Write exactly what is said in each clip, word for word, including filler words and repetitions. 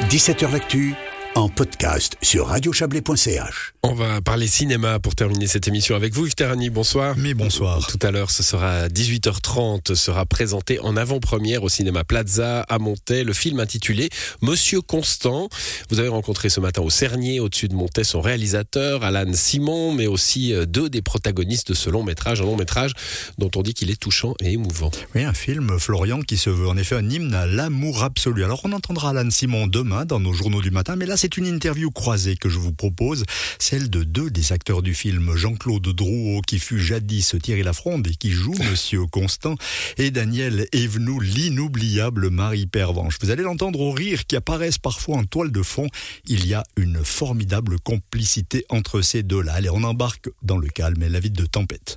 dix-sept heures L'actu, en podcast sur radio chablais point c h. On va parler cinéma pour terminer cette émission avec vous, Yves Terrani, bonsoir. Mais bonsoir. Tout à l'heure, ce sera à dix-huit heures trente, sera présenté en avant-première au cinéma Plaza à Montaix, le film intitulé Monsieur Constant. Vous avez rencontré ce matin au Cernier, au-dessus de Montaix, son réalisateur, Alan Simon, mais aussi deux des protagonistes de ce long métrage, un long métrage dont on dit qu'il est touchant et émouvant. Oui, un film, Florian, qui se veut en effet un hymne à l'amour absolu. Alors on entendra Alan Simon demain dans nos journaux du matin, mais là c'est une interview croisée que je vous propose, celle de deux des acteurs du film, Jean-Claude Drouot, qui fut jadis Thierry Lafronde et qui joue Monsieur Constant, et Daniel Evenou, l'inoubliable Marie Pervenche. Vous allez l'entendre aux rires qui apparaissent parfois en toile de fond. Il y a une formidable complicité entre ces deux-là. Allez, on embarque dans le calme et la vie de tempête.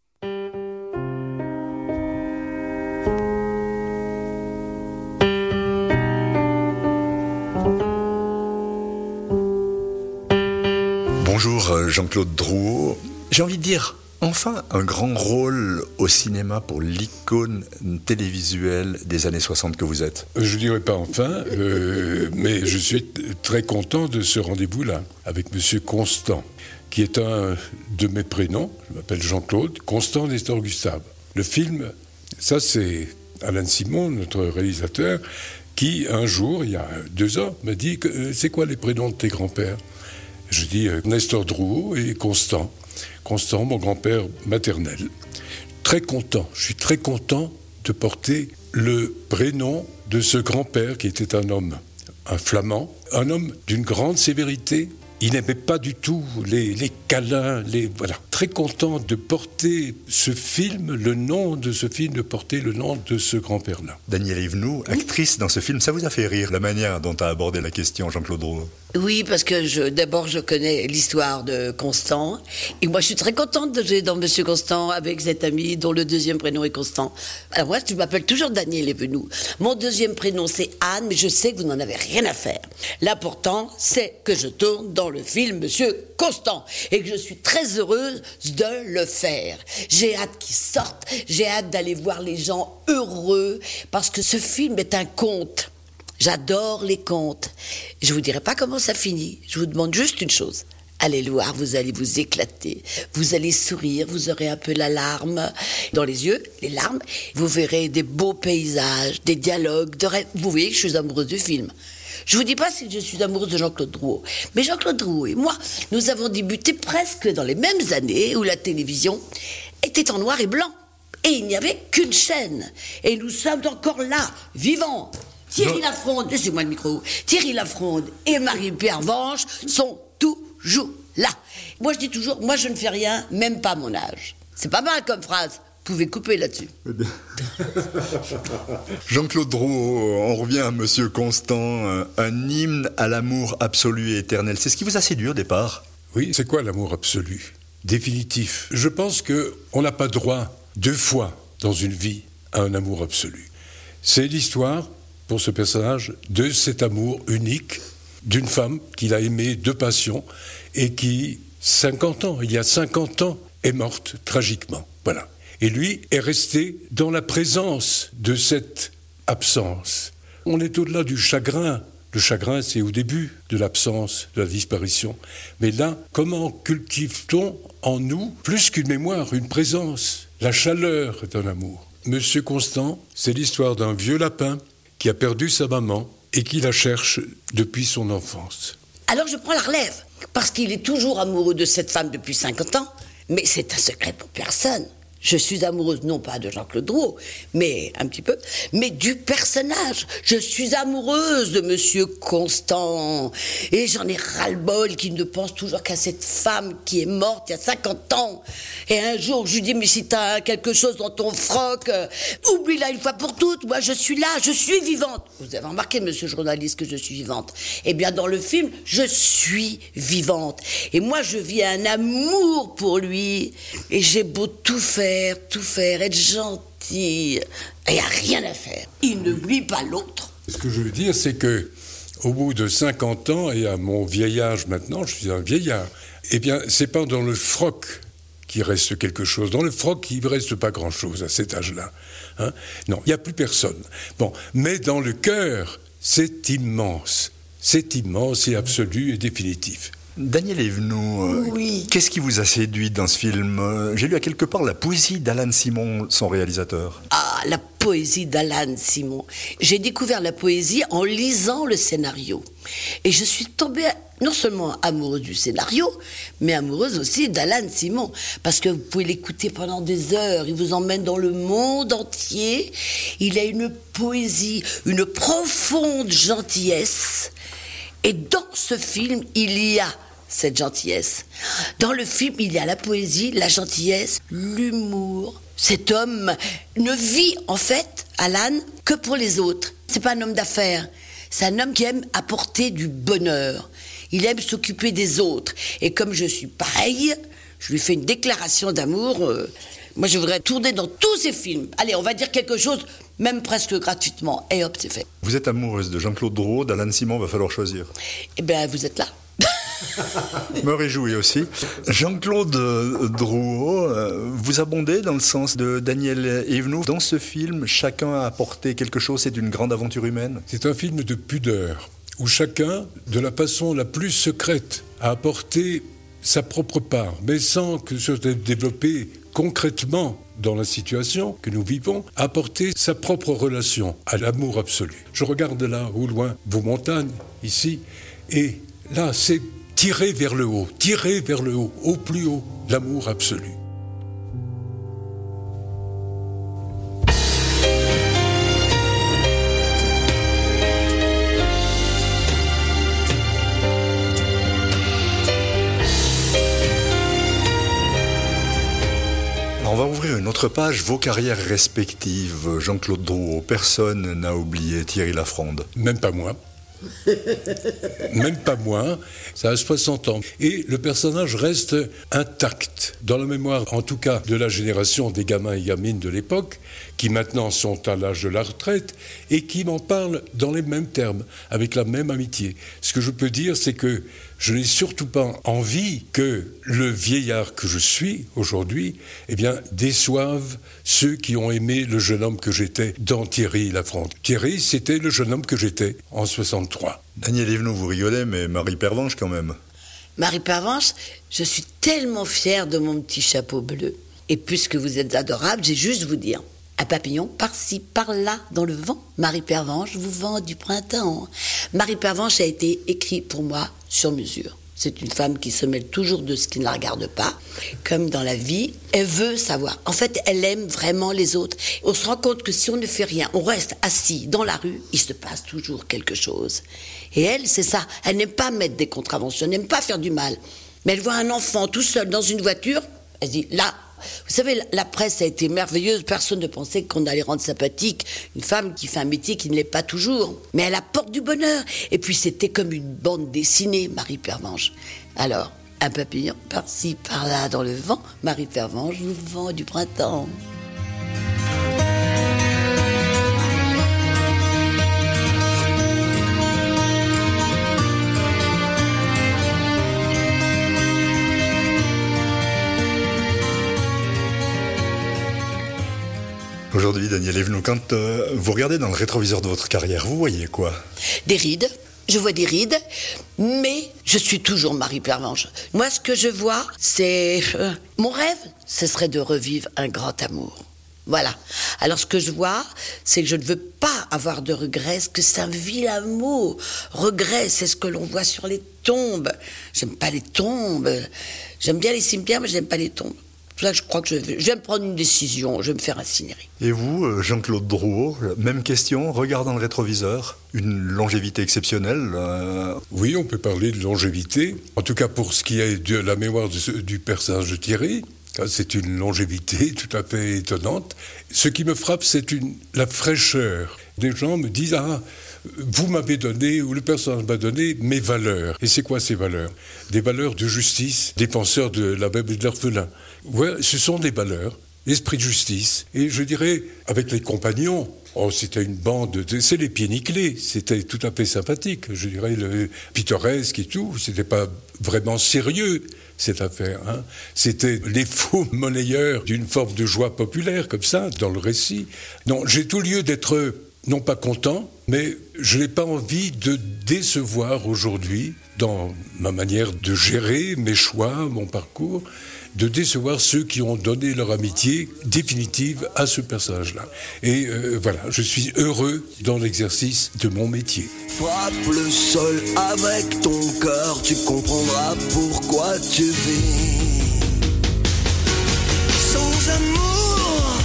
Bonjour Jean-Claude Drouot. J'ai envie de dire, enfin un grand rôle au cinéma pour l'icône télévisuelle des années soixante que vous êtes. Je ne dirais pas enfin, euh, mais je suis très content de ce rendez-vous-là avec Monsieur Constant, qui est un de mes prénoms. Je m'appelle Jean-Claude, Constant Nestor Gustave. Le film, ça c'est Alan Simon, notre réalisateur, qui un jour, il y a deux ans, m'a dit que, c'est quoi les prénoms de tes grands-pères ? Je dis euh, Nestor Drouot et Constant. Constant, mon grand-père maternel. Très content, je suis très content de porter le prénom de ce grand-père qui était un homme, un flamand, un homme d'une grande sévérité. Il n'aimait pas du tout les, les câlins, les voilà. Très content de porter ce film, le nom de ce film, de porter le nom de ce grand-père-là. Daniel Evenou, actrice dans ce film, ça vous a fait rire la manière dont a abordé la question Jean-Claude Drouot? Oui, parce que je, d'abord je connais l'histoire de Constant, et moi je suis très contente de jouer dans Monsieur Constant avec cet ami dont le deuxième prénom est Constant. Alors moi je m'appelle toujours Daniel Evenou. Mon deuxième prénom c'est Anne, mais je sais que vous n'en avez rien à faire. L'important c'est que je tourne dans le film Monsieur Constant et que je suis très heureuse de le faire. J'ai hâte qu'il sorte, j'ai hâte d'aller voir les gens heureux parce que ce film est un conte. J'adore les contes. Je vous dirai pas comment ça finit. Je vous demande juste une chose. Allez le voir, vous allez vous éclater. Vous allez sourire, vous aurez un peu la larme dans les yeux, les larmes. Vous verrez des beaux paysages, des dialogues, de rêves. Vous voyez que je suis amoureuse du film. Je vous dis pas si je suis amoureuse de Jean-Claude Drouot, mais Jean-Claude Drouot et moi, nous avons débuté presque dans les mêmes années où la télévision était en noir et blanc. Et il n'y avait qu'une chaîne. Et nous sommes encore là, vivants. Thierry Lafronde, laissez-moi le micro. Thierry Lafronde et Marie Pervenche sont toujours là. Moi je dis toujours, moi je ne fais rien, même pas à mon âge. C'est pas mal comme phrase. Vous pouvez couper là-dessus. Jean-Claude Drouot, on revient à Monsieur Constant, un hymne à l'amour absolu et éternel. C'est ce qui vous a séduit au départ? Oui, c'est quoi l'amour absolu? Définitif. Je pense qu'on n'a pas droit deux fois dans une vie à un amour absolu. C'est l'histoire, pour ce personnage, de cet amour unique d'une femme qu'il a aimée de passion et qui, cinquante ans, il y a cinquante ans, est morte tragiquement. Voilà. Et lui est resté dans la présence de cette absence. On est au-delà du chagrin. Le chagrin, c'est au début de l'absence, de la disparition. Mais là, comment cultive-t-on en nous, plus qu'une mémoire, une présence, la chaleur d'un amour? Monsieur Constant, c'est l'histoire d'un vieux lapin qui a perdu sa maman et qui la cherche depuis son enfance. Alors je prends la relève, parce qu'il est toujours amoureux de cette femme depuis cinquante ans, mais c'est un secret pour personne. Je suis amoureuse, non pas de Jean-Claude Drouot, mais un petit peu, mais du personnage. Je suis amoureuse de Monsieur Constant. Et j'en ai ras-le-bol qui ne pense toujours qu'à cette femme qui est morte il y a cinquante ans. Et un jour, je lui dis, mais si t'as quelque chose dans ton froc, euh, oublie-la une fois pour toutes. Moi, je suis là, je suis vivante. Vous avez remarqué, monsieur le journaliste, que je suis vivante. Eh bien, dans le film, je suis vivante. Et moi, je vis un amour pour lui. Et j'ai beau tout faire, tout faire, être gentil, il n'y a rien à faire. Il n'oublie pas l'autre. Ce que je veux dire, c'est que au bout de cinquante ans, et à mon vieil âge maintenant, je suis un vieillard, eh bien, c'est pas dans le froc qu'il reste quelque chose. Dans le froc, il ne reste pas grand-chose à cet âge-là. Hein? Non, il n'y a plus personne. Bon, mais dans le cœur, c'est immense. c'est immense et absolu et définitif. Daniel Evenou, euh, Oui. qu'est-ce qui vous a séduit dans ce film? Euh, J'ai lu à quelque part la poésie d'Alan Simon, son réalisateur. Ah, la poésie d'Alan Simon. J'ai découvert la poésie en lisant le scénario. Et je suis tombée non seulement amoureuse du scénario, mais amoureuse aussi d'Alan Simon. Parce que vous pouvez l'écouter pendant des heures. Il vous emmène dans le monde entier. Il a une poésie, une profonde gentillesse. Et dans ce film, il y a cette gentillesse. Dans le film, il y a la poésie, la gentillesse, l'humour. Cet homme ne vit, en fait, Alan, que pour les autres. C'est pas un homme d'affaires. C'est un homme qui aime apporter du bonheur. Il aime s'occuper des autres. Et comme je suis pareil, je lui fais une déclaration d'amour. Euh, moi, je voudrais tourner dans tous ses films. Allez, on va dire quelque chose, même presque gratuitement. Et hop, c'est fait. Vous êtes amoureuse de Jean-Claude Drouot, d'Alan Simon, va falloir choisir. Eh bien, vous êtes là. Me réjouis aussi. Jean-Claude Drouot, euh, vous abondez dans le sens de Daniel Evenou. Dans ce film, chacun a apporté quelque chose, c'est une grande aventure humaine. C'est un film de pudeur, où chacun, de la façon la plus secrète, a apporté sa propre part, mais sans que ce soit développé concrètement dans la situation que nous vivons, a apporté sa propre relation à l'amour absolu. Je regarde là, au loin, vos montagnes, ici, et là, c'est tirer vers le haut, tirer vers le haut, au plus haut, l'amour absolu. On va ouvrir une autre page, vos carrières respectives. Jean-Claude Drouot, personne n'a oublié Thierry Lafronde. Même pas moi. Même pas moi, ça a soixante ans. Et le personnage reste intact, dans la mémoire, en tout cas, de la génération des gamins et gamines de l'époque, qui maintenant sont à l'âge de la retraite, et qui m'en parlent dans les mêmes termes, avec la même amitié. Ce que je peux dire, c'est que je n'ai surtout pas envie que le vieillard que je suis aujourd'hui, eh bien, déçoive ceux qui ont aimé le jeune homme que j'étais dans Thierry Lafronde. Thierry, c'était le jeune homme que j'étais en soixante-trois. Daniel Evenou, vous rigolez, mais Marie Pervenche quand même. Marie Pervenche, je suis tellement fière de mon petit chapeau bleu. Et puisque vous êtes adorable, j'ai juste vous dire, un papillon par-ci, par-là, dans le vent. Marie Pervenche vous vend du printemps. Marie Pervenche a été écrite pour moi sur mesure. C'est une femme qui se mêle toujours de ce qui ne la regarde pas. Comme dans la vie, elle veut savoir. En fait, elle aime vraiment les autres. On se rend compte que si on ne fait rien, on reste assis dans la rue, il se passe toujours quelque chose. Et elle, c'est ça. Elle n'aime pas mettre des contraventions, elle n'aime pas faire du mal. Mais elle voit un enfant tout seul dans une voiture, elle se dit, là, vous savez, la presse a été merveilleuse, personne ne pensait qu'on allait rendre sympathique une femme qui fait un métier qui ne l'est pas toujours. Mais elle apporte du bonheur. Et puis c'était comme une bande dessinée, Marie Pervenche. Alors, un papillon par-ci, par-là dans le vent, Marie Pervenche vous vend du printemps. Aujourd'hui, Daniel Evenou, quand euh, vous regardez dans le rétroviseur de votre carrière, vous voyez quoi? Des rides. Je vois des rides, mais je suis toujours Marie Pervenche. Moi, ce que je vois, c'est... Euh, mon rêve, ce serait de revivre un grand amour. Voilà. Alors, ce que je vois, c'est que je ne veux pas avoir de regrets, parce que c'est un vilain mot. Regret, c'est ce que l'on voit sur les tombes. J'aime pas les tombes. J'aime bien les cimetières, mais j'aime pas les tombes. C'est pour ça que je crois que je vais, je vais me prendre une décision, je vais me faire incinérer. Et vous, Jean-Claude Drouot, même question, regard dans le rétroviseur, une longévité exceptionnelle euh... Oui, on peut parler de longévité, en tout cas pour ce qui est de la mémoire de, du personnage de Thierry. C'est une longévité tout à fait étonnante. Ce qui me frappe, c'est une, la fraîcheur. Des gens me disent « Ah, vous m'avez donné, ou le personnage m'a donné, mes valeurs. » Et c'est quoi ces valeurs? Des valeurs de justice, défenseur de la veuve et de l'orphelin. Ouais, ce sont des valeurs, l'esprit de justice. Et je dirais, avec les compagnons, oh, c'était une bande, de, c'est les pieds nickelés, c'était tout à fait sympathique. Je dirais, le pittoresque et tout, c'était pas vraiment sérieux, cette affaire. Hein. C'était les faux monnayeurs d'une forme de joie populaire, comme ça, dans le récit. Non, j'ai tout lieu d'être, non pas content, Mais je n'ai pas envie de décevoir aujourd'hui, dans ma manière de gérer mes choix, mon parcours, de décevoir ceux qui ont donné leur amitié définitive à ce personnage-là. Et euh, voilà, je suis heureux dans l'exercice de mon métier. Frappe le sol avec ton cœur, tu comprendras pourquoi tu vis. Sans amour,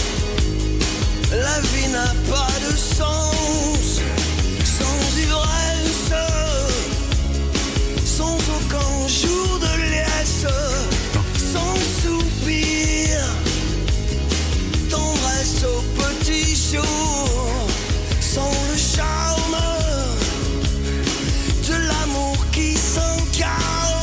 la vie n'a pas de sens. Sans ivresse, sans aucun jour de liesse. Sans soupir, tendresse au petit jour, sans le charme de l'amour qui s'incarne.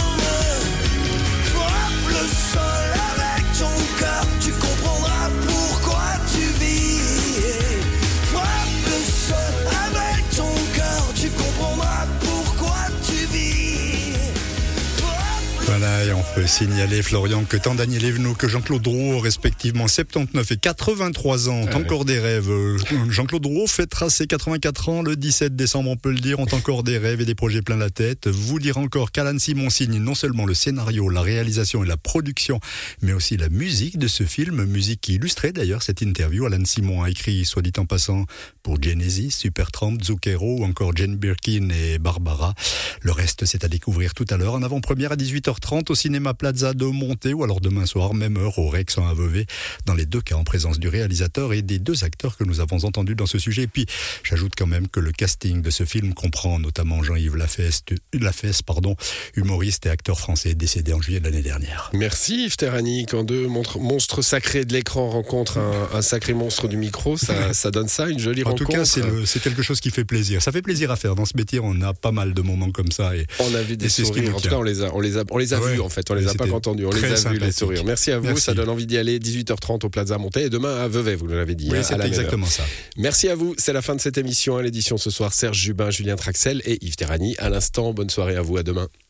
Frappe le sol avec ton cœur, tu comprendras pourquoi tu vis. Frappe le sol avec ton cœur, tu comprendras pourquoi tu vis. Voilà, et on peut signaler, Florian, que tant Daniel Evenou que Jean-Claude Drouot, respectivement soixante-dix-neuf et quatre-vingt-trois ans, ont Ah encore des rêves. Jean-Claude Drouot fêtera ses quatre-vingt-quatre ans le dix-sept décembre, on peut le dire, ont encore des rêves et des projets plein la tête. Vous dire encore qu'Alan Simon signe non seulement le scénario, la réalisation et la production, mais aussi la musique de ce film, musique qui illustrait d'ailleurs cette interview. Alan Simon a écrit, soit dit en passant, pour Genesis, Supertramp, Zucchero ou encore Jane Birkin et Barbara. Le reste, c'est à découvrir tout à l'heure en avant-première à dix-huit heures trente au cinéma Plaza de Monté, ou alors demain soir, même heure au Rex en Vevey, dans les deux cas en présence du réalisateur et des deux acteurs que nous avons entendus dans ce sujet. Et puis, j'ajoute quand même que le casting de ce film comprend notamment Jean-Yves Lafesse, Lafesse pardon, humoriste et acteur français décédé en juillet de l'année dernière. Merci Yves Terrani. Quand deux montre- monstres sacrés de l'écran rencontrent un, un sacré monstre du micro, ça, ça donne ça, une jolie En rencontre. tout cas, c'est, le, c'est quelque chose qui fait plaisir. Ça fait plaisir à faire. Dans ce métier, on a pas mal de moments comme ça. Et, On a vu des et c'est ce qui sourires. nous En tout tient. cas, on les a, on les a, on les a Ouais. vus en fait. On les a C'était pas entendus. On les très a vus les sympathique. sourires. Merci à vous. Merci. Ça donne envie d'y aller. dix-huit heures trente au Plaza Monté et demain à Vevey. Vous l'avez dit. Oui, hein, c'est à la même heure. exactement ça. Merci à vous. C'est la fin de cette émission. À l'édition ce soir, Serge Jubin, Julien Traxel et Yves Terrani. À l'instant, bonne soirée à vous. À demain.